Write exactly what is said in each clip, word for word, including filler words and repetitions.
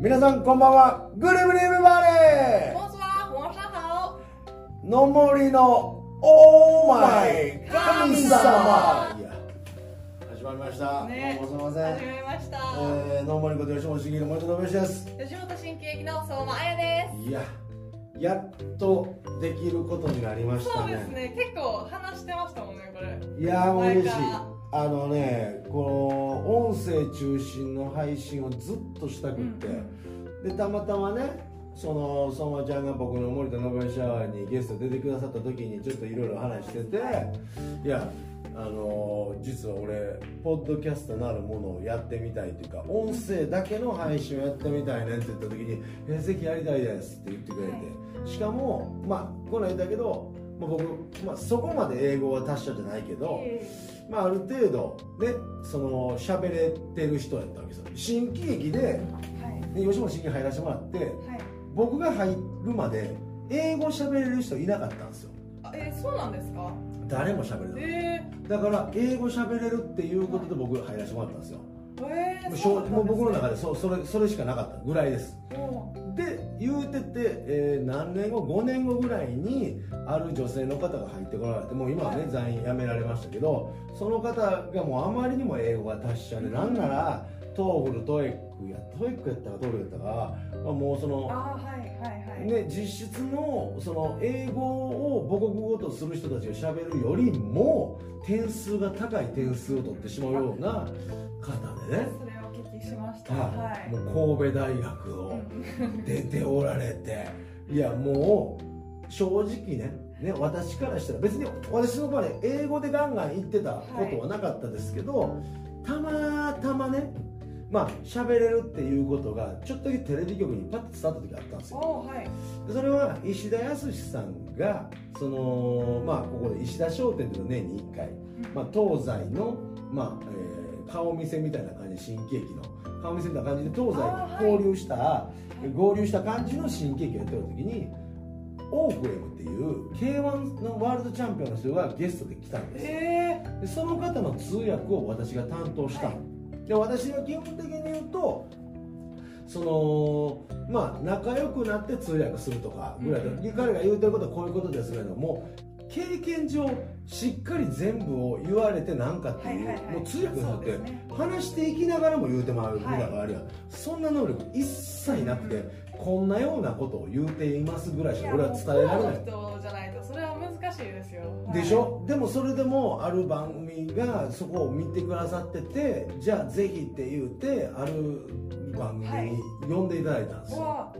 皆さんこんばんは。グリブリブバレー。 こんにちは、晚上好。 のもりのオーマイ神様。いや、始まりました。 ね、 どうもすみません。 始めました。 えー、のもりこと吉本新喜の森田信義です。 吉本新喜劇の相馬彩です。 いや、やっとできることになりましたね。 そうですね、結構話してましたもんね、これ。 いやー、嬉しい。 なんかあのね、この音声中心の配信をずっとしたくって、うん、でたまたまね、その相馬ちゃんが僕の森田信義シャワーにゲスト出てくださった時にちょっといろいろ話してて、いや、あのー、実は俺ポッドキャストなるものをやってみたいというか、音声だけの配信をやってみたいねって言った時に「えぜひやりたいです」って言ってくれて、はい、しかもまあこの間だけど、まあ、僕、まあ、そこまで英語は達者じゃないけど、まあ、ある程度ね、その喋れてる人やったわけですよ。新喜劇で、はい、で吉本新喜劇入らせてもらって、はい、僕が入るまで英語喋れる人いなかったんですよ。 あ、えー、そうなんですか？誰も喋れない、 えー、 だから英語喋れるっていうことで僕入らせてもらったんですよ。 えー、 そうもう僕の中で そ, そ, れそれしかなかったぐらいです。で言うてて、えー、何年後ごねんごぐらいにある女性の方が入ってこられて、もう今はね在員辞められましたけど、その方がもうあまりにも英語が達者で、なんならトーフルトエックやトエックやったかトーフルやったか、まあ、もうそのあ、はいはいはい、 ね、実質のその英語を母国語とする人たちがしゃべるよりも点数が高い点数を取ってしまうような方でね。 それをお聞きしました。 はい、もう神戸大学を出ておられて、いやもう正直ね、ね、私からしたら別に私の場合英語でガンガン言ってたことはなかったですけど、はい、たまたまね、まあ喋れるっていうことがちょっとだけテレビ局にパッと伝わった時があったんですよ。はい、でそれは石田康さんがその、まあ、ここで石田商店というのを年にいっかい、まあ、東西の、まあえー、顔見せみたいな感じで新喜劇の顔見せみたいな感じで東西交流した、はい、合流した感じの新喜劇をやってる時にオークレムっていう ケーワン のワールドチャンピオンの人がゲストで来たんですよ。えー、でその方の通訳を私が担当したの。はい、で私は基本的に言うとそのまあ仲良くなって通訳するとかぐらいで、うん、彼が言うてることはこういうことですけれども、経験上しっかり全部を言われてなんかっていう、はいはいはい、もう通訳の人って話していきながらも言うてもらうみたいなのがあるやん、はい、そんな能力一切なくて、うん、こんなようなことを言うていますぐらいしか俺は伝えられない。 人じゃないとそれは難しいですよ。 でしょ、はい、でもそれでもある番組がそこを見てくださってて、じゃあぜひって言うてある番組に呼んでいただいたんですよ。はい、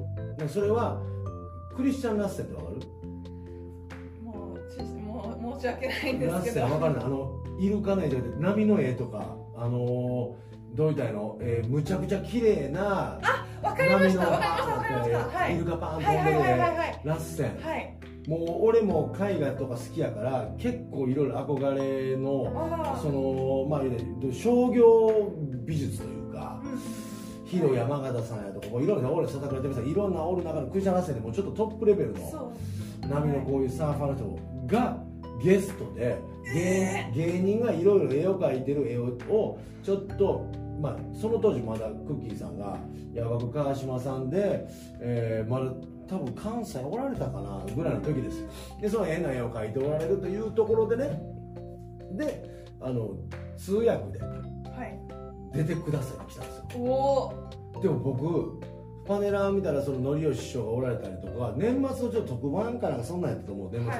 それはクリスチャン・ラッセンってわかる？ もうもう申し訳ないんですけど。 ラッセンわかるの？あのイルカの絵で波の絵とか、あのー、どういったの、えー、むちゃくちゃ綺麗な波の絵、イルカパーンと飛んでるラッセン。はい、もう俺も絵画とか好きやから結構いろいろ憧れのそのまあ商業美術というか、ヒロ山形さんやとかもいろんな俺笹倉照美さんいろんなおる中のクリスチャン・ラッセンでもちょっとトップレベルの波のこういうサーファーの人がゲストで、芸, 芸人がいろいろ絵を描いてる絵をちょっとまあその当時まだクッキーさんが矢学川島さんで、えー、まだ多分関西おられたかなぐらいの時ですよ。でその変な絵を描いておられるというところでね、であの通訳で出てくださいって来たんですよ。おでも僕パネラー見たらそののりよし師匠がおられたりとか、年末のちょっと特番かなんかそんなんやったと思う、年末に、はい、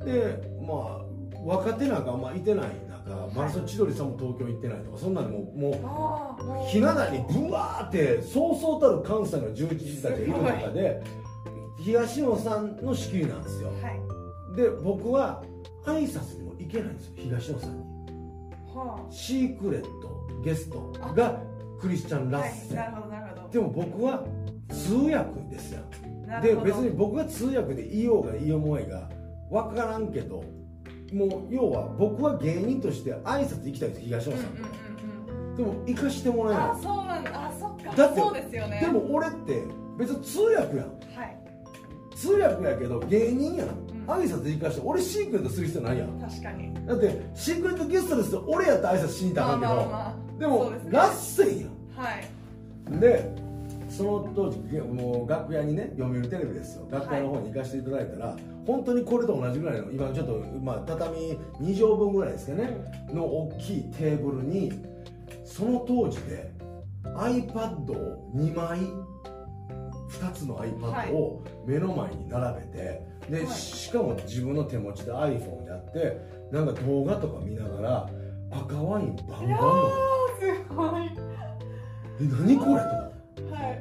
でまあ若手なんかあんまいてない中、はい、マラソン千鳥さんも東京行ってないとか、そんなんでもうもうひな壇にブワーってそうそうたる関西の重鎮たちがいる中で東野さんの仕切りなんですよ。はい、で僕は挨拶にも行けないんですよ、東野さんに。はあ、シークレットゲストがクリスチャン・ラッセン、はい、なるほどなるほど。でも僕は通訳ですよ。で別に僕が通訳で言おうが言い思いが分からんけど、もう要は僕は芸人として挨拶行きたいです、東野さんと。でも行かしてもらえない。 あ、そうなんだ。あ、そっか。 だってそうですよね。 でも俺って別に通訳やん。はい。通訳やけど芸人やん。挨拶行かして俺シークレットする必要ないやん。 確かに。 だってシークレットゲストですと俺やったら挨拶しに行ったらあかんけど、まあまあまあ、でも、ね、ラッセンやん。はい。でその当時もう楽屋にね、読売テレビですよ、楽屋の方に行かせていただいたら、はい、本当にこれと同じぐらいの、今ちょっと、まあ、畳にじょうぶんぐらいですかね、の大きいテーブルにその当時で iPad をにまい、ふたつの iPad を目の前に並べて、で、はい、しかも自分の手持ちで iPhone やってなんか動画とか見ながら赤ワインバンバン飲む。 すごい。 え、何これと。 はい。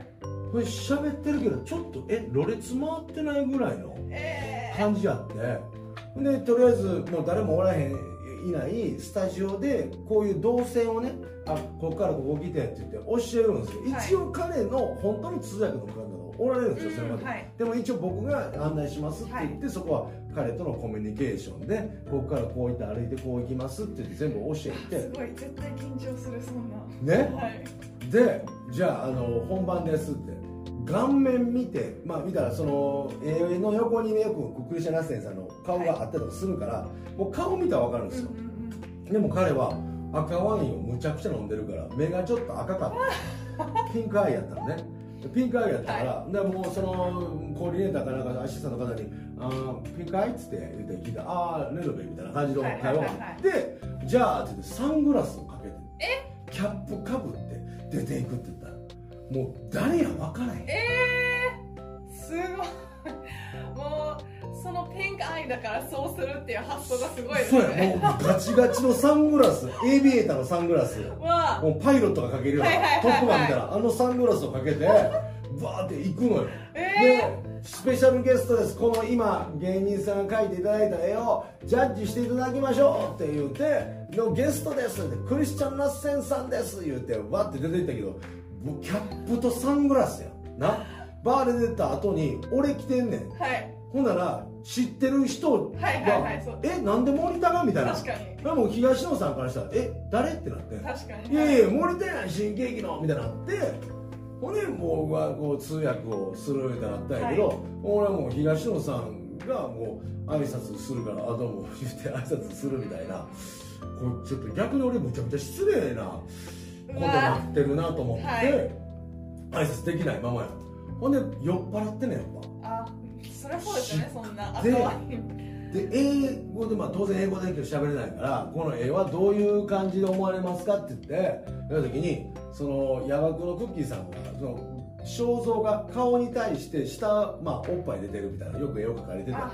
これ喋ってるけどちょっとえろれつ回ってないぐらいの感じやって、でとりあえずもう誰もおらへんいないスタジオでこういう動線をね、あ、ここからここ来てって言って教えるんですよ、はい、一応彼の本当の通訳の方がおられるんですよ、それまで、はい、でも一応僕が案内しますって言って、はい、そこは彼とのコミュニケーションでここからこういって歩いてこう行きますって言って全部教えて、 すごい絶対緊張するそんなね、はい、でじゃあ、あの本番ですって顔面見て、まあ見たらその絵の横にねよくクリスチャン・ラッセンさんの顔があったりとかするから、はい、もう顔見たら分かるんですよ、うんうんうん、でも彼は赤ワインをむちゃくちゃ飲んでるから目がちょっと赤かったピンクアイやったのね、ピンクアイやったから、はい、でもうそのコーディネーターかなんかアシスタントの方に「あピンクアイ?」っつって言って聞いたら「ああレノベ」みたいな感じの会話があって「じゃあ」って言ってサングラスをかけてキャップかぶって出ていくって言ったらもう誰や分からへん。 えー、すごい。もうそのピンクアイだからそうするっていう発想がすごいですね。 そうや、もうガチガチのサングラス、エイビエーターのサングラス、もうパイロットがかけるようなトップマンみたいなあのサングラスをかけてバーって行くのよ、えー、でスペシャルゲストです、この今芸人さんが描いていただいた絵をジャッジしていただきましょうって言ってのゲストですってクリスチャン・ラッセンさんです言ってバッて出ていったけどキャップとサングラスやな、バーで出た後に俺来てんねん、はい、ほんなら知ってる人が「えなんで森田が?」みたいな、確かにでも東野さんからしたら「え誰?」ってなって、確かに「いやいや森田やん新喜劇の」みたいになって、ほんで僕はこう通訳をするみたいになったんやけど、はい、俺はもう東野さんがもう挨拶するから「あどうも」言って挨拶するみたいな、こうちょっと逆に俺むちゃくちゃ失礼なことになってるなと思って、はい、挨拶できないままや。ほんで酔っ払ってねやっぱ。あ、そりゃそうですよね、そんな。 で、で英語で、まあ当然英語だけど喋れないからこの絵はどういう感じで思われますかって言ってやった時に、そのヤバクのクッキーさんがその肖像が顔に対して下、まあ、おっぱい出てるみたいなよく絵を描かれてて、はい、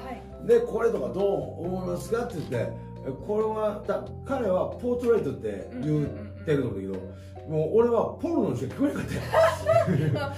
でこれとかどう思いますかって言って、これはだ彼はポートレートって言ってると思うんだけど、もう俺はポルノにしか聞こえなかった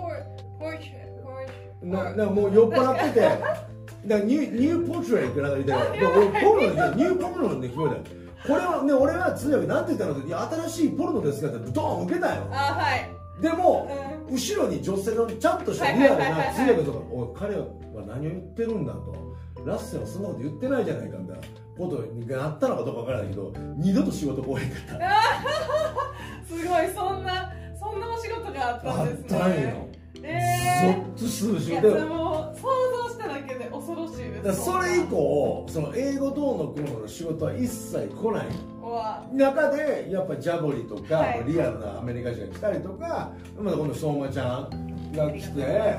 よな、もう酔っ払っててだニュー、ニューポートレートってなんか言ってるポルノでニューポルノで聞こえたよ。これはね、俺は通訳なんて言ったのって、いや新しいポルノですかってドーン受けたよ。あ、はい、でも、うん、後ろに女性のちゃんとしたリアルな通訳とか、おい彼は何を言ってるんだと、ラッセンはそんなこと言ってないじゃないかみたいなことがあったのかどうかわからないけど、二度と仕事来へんかった。 すごい、そんなそんなお仕事があったんですね。 あったんよ。えー、ゾッとするし、 でも想像しただけで恐ろしいです。 それ以降その英語どうのこうのの仕事は一切来ない中で、やっぱジャボリとか、はい、リアルなアメリカ人が来たりとか、まあ、この相馬ちゃんが来て、はい、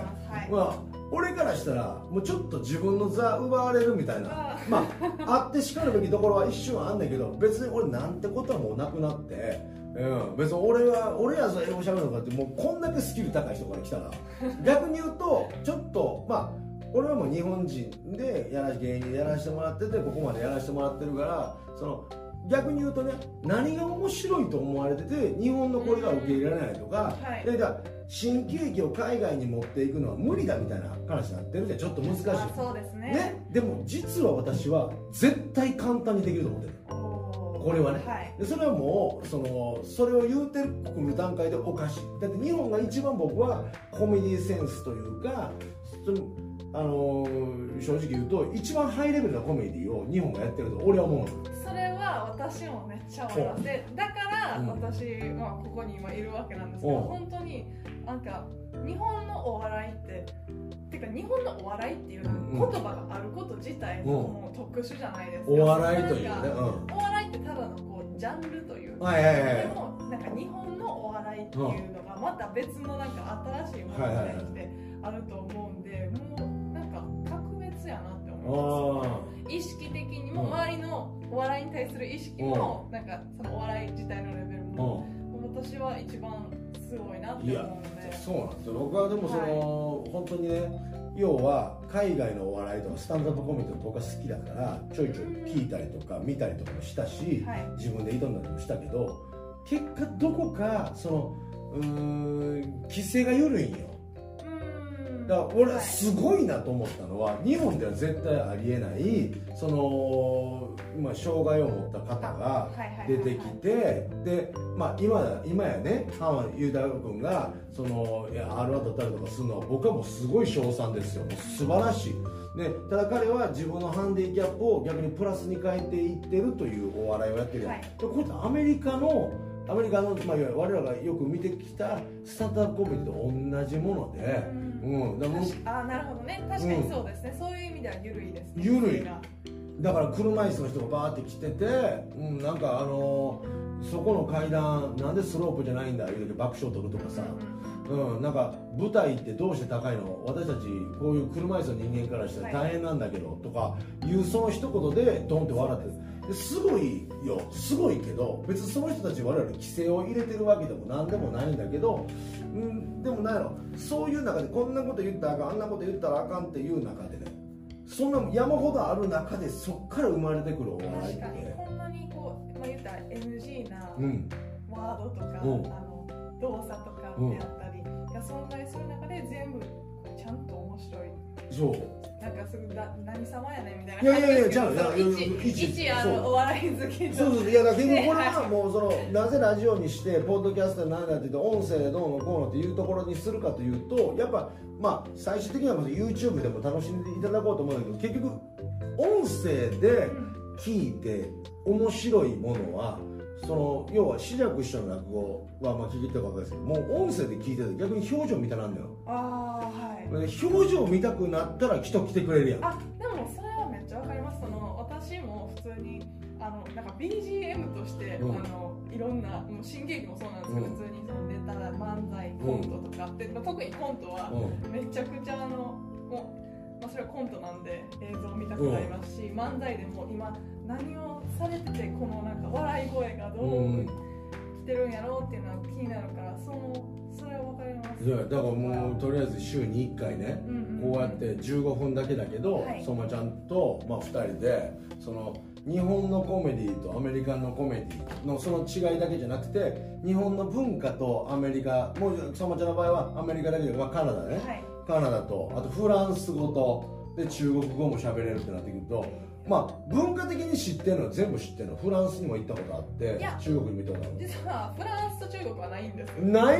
まあ俺からしたらもうちょっと自分の座奪われるみたいな、まああってしかるべきところは一瞬あんねんけど、別に俺なんてことはもうなくなって。うん、別に俺は俺やぞ英語しゃべるのかって、もうこんだけスキル高い人から来たら逆に言うとちょっとまあ俺はもう日本人でやら芸人でやらせてもらっててここまでやらせてもらってるから、その逆に言うとね、何が面白いと思われてて日本のこれが受け入れられないとか、はい、でだ新喜劇を海外に持っていくのは無理だみたいな話になってるじゃん。ちょっと難しい。 そうですね。 ね、でも実は私は絶対簡単にできると思ってる。これはね、はい、でそれはもうそのそれを言うてくる段階でおかしい。だって日本が一番僕はコメディセンスというか、そのあのー、正直言うと一番ハイレベルなコメディを日本がやってると俺は思うの。 それは私もめっちゃ思います。でだから私はここに今いるわけなんですけど、本当になんか日本のお笑いっててか日本のお笑いっていう言葉があること自体もう特殊じゃないですか。 お笑いというね、 お笑いってただのこうジャンルというか、でもなんか日本のお笑いっていうのがまた別のなんか新しいものとしてあると思うんで、もうなんか格別やなって思います。意識的にも周りのお笑いに対する意識もなんかそのお笑い自体のレベルも私は一番すごいなって思うので。 そうなんですよ。僕はでもその、はい、本当にね、要は海外のお笑いとかスタンダップコメディとか僕は好きだからちょいちょい聞いたりとか見たりとかもしたし、はい、自分で挑んだりもしたけど、結果どこかそのうーん規制が緩いんよ。だから俺すごいなと思ったのは、日本では絶対ありえないその、まあ、障害を持った方が出てきて、で、まあ、今, 今やね浜田雄太君がそのいや アールワン 取ったりとかするのは僕はもうすごい称賛ですよ。もう素晴らしい。でただ彼は自分のハンディキャップを逆にプラスに変えていってるというお笑いをやってるやん、はい、でこういったアメリカのアメリカの、まあ、我らがよく見てきたスタンダップコメディと同じもので、うん、だからあなるほどね、確かにそうですね、うん、そういう意味では緩いですね。 緩いだから車椅子の人がバーって来てて、うん、なんかあのー、そこの階段なんでスロープじゃないんだいう時爆笑取るとかさ、うんうん、なんか舞台ってどうして高いの、私たちこういう車椅子の人間からしたら大変なんだけど、はい、とかいうその一言でドンって笑ってる。すごいよ、すごいけど別にその人たち我々規制を入れてるわけでも何でもないんだけど、うん、でもなんやろ、そういう中でこんなこと言ったらあかん、あんなこと言ったらあかんっていう中でね、そんな山ほどある中でそっから生まれてくるお笑いって、 確かにこんなにこう、まあ、言ったら エヌジー なワードとか、うん、あの動作とかであったり、うん、が存在する中で全部ちゃんと面白い。 そうなんかすぐだ何様やねんみたいな。 いやいやいや、じゃあ一一あのお笑い好きの。 そうそう、いやだけどこれはもうそのなぜラジオにしてポッドキャストなんだって言って音声でどうのこうのっていうところにするかというと、やっぱまあ最終的にはまず YouTube でも楽しんでいただこうと思うんだけど、結局音声で聞いて面白いものは。その要は志らく師匠の落語はまあ聞いてたか分かんないですけど、もう音声で聞いてて逆に表情見たなんだよ。 ああはい。 表情見たくなったら人来てくれるやん。 あでもそれはめっちゃ分かります。その私も普通にあのなんか ビージーエム として、うん、あのいろんなもう新喜劇もそうなんですけど、うん、普通にそのネタ漫才コントとかって、うん、特にコントはめちゃくちゃあのもう。まあ、それはコントなんで映像見たくなりますし、うん、漫才でも今何をされててこのなんか笑い声がどう来てるんやろうっていうのは気になるから、そのそれは分かります。 いやだからもうとりあえず週にいっかいね、うんうんうん、こうやってじゅうごふんだけだけど、はい、相馬ちゃんと、まあ、ふたりでその日本のコメディとアメリカのコメディのその違いだけじゃなくて、日本の文化とアメリカ、もう相馬ちゃんの場合はアメリカだけで、まあ、カナダね、はい、カナダとあとフランス語とで中国語も喋れるってなってくると、まあ文化的に知ってるのは全部知ってるの。フランスにも行ったことあって、中国にも行ったことある。 実はフランスと中国はないんですよ。 ない？はい、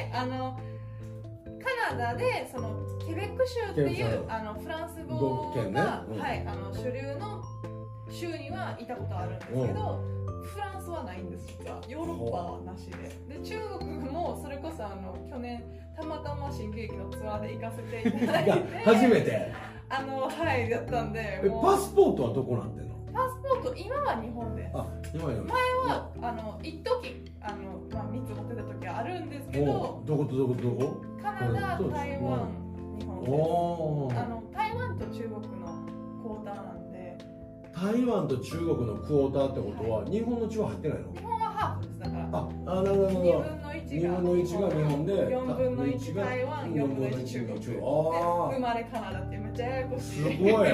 あのカナダでそのケベック州っていうあのフランス語が、ねうん、はいあの主流の州には行ったことあるんですけど、うん、フランスはないんです。実はヨーロッパはなしで、で中国もそれこそあの去年たまたま新喜劇のツアーで行かせていただいて初めてあのはいやったんで、 えパスポートはどこなんてんの？ パスポート今は日本です。 あ今や前はあの一時あのまあみっつ持ってた時はあるんですけど、 どことどことどこ？ カナダ、台湾、日本です。あの台湾と中国のクォーターなんで。 台湾と中国のクォーターってことは、はい、日本の血は入ってないの？ 日本はハーフです。だから。 あ、あなるほど。 にぶんのいちがにぶんのいちが日本で、 よんぶんのいち台湾、よんぶんのいち中国。ああ。生まれカナダってめっちゃややこしい。 すごいね。はい。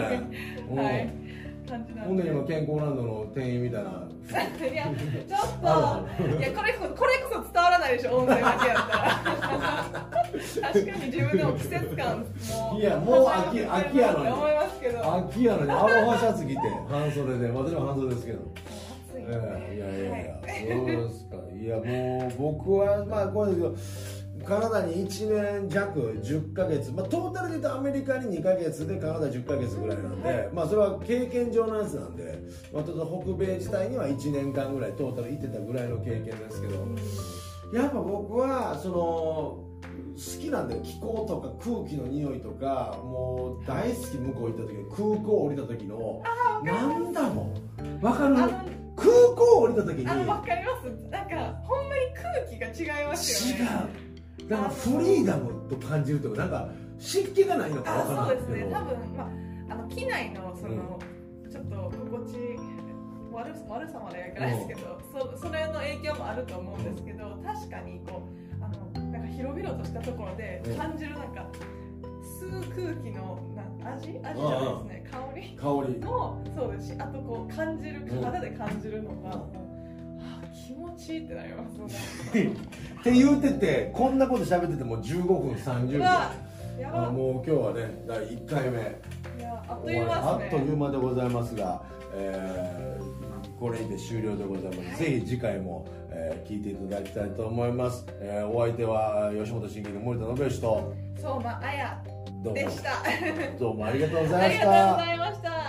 感じなんで。 ほんで今健康ランドの店員みたいな。 いやちょっといやこれこそこれこそ伝わらないでしょ、音声だけやったら。確かに自分でも季節感もいやもう秋秋やのに思いますけど、 秋やのにアロハシャツ着て半袖で、私も半袖ですけど。 暑いね。 いやいやいや、そうですか。いやもう僕はまあこうですけど。カナダにいちねんじゃくじゅっかげつ、まあ、トータルで言うとアメリカににかげつでカナダじゅっかげつぐらいなんで、はい、まあそれは経験上のやつなんで、まあ、ちょっと北米自体にはいちねんかんぐらいトータル行ってたぐらいの経験ですけど、やっぱ僕はその好きなんだよ。気候とか空気の匂いとかもう大好き。向こう行った時に空港降りた時のなんだろう、わかる？空港降りた時にあ、わかります。なんかほんまに空気が違いますますよね。 違う、だからフリーダムと感じるというか、なんか湿気がないのかわからないけど、 そうですね、多分、まあ、あの機内のその、うん、ちょっと心地悪, 悪さまではいかないですけど、うん、そ, それの影響もあると思うんですけど、確かにこうあのなんか広々としたところで感じる、なんか吸う空気のな味味じゃないですね、香り香りもそうですし、あとこう感じる、体で感じるのが、うん、はあ、気持ちいいってなりますねって言うてて、こんなこと喋っててもじゅうごふんさんじゅっぷん、 やばもう今日はねだいいっかいめ、 いやあっという間ですね。 あっという間でございますが、えー、これにて終了でございます、はい、ぜひ次回も、えー、聞いていただきたいと思います、えー、お相手は吉本新喜劇の森田信義と相馬綾でしたどうもありがとうございました。 ありがとうございました。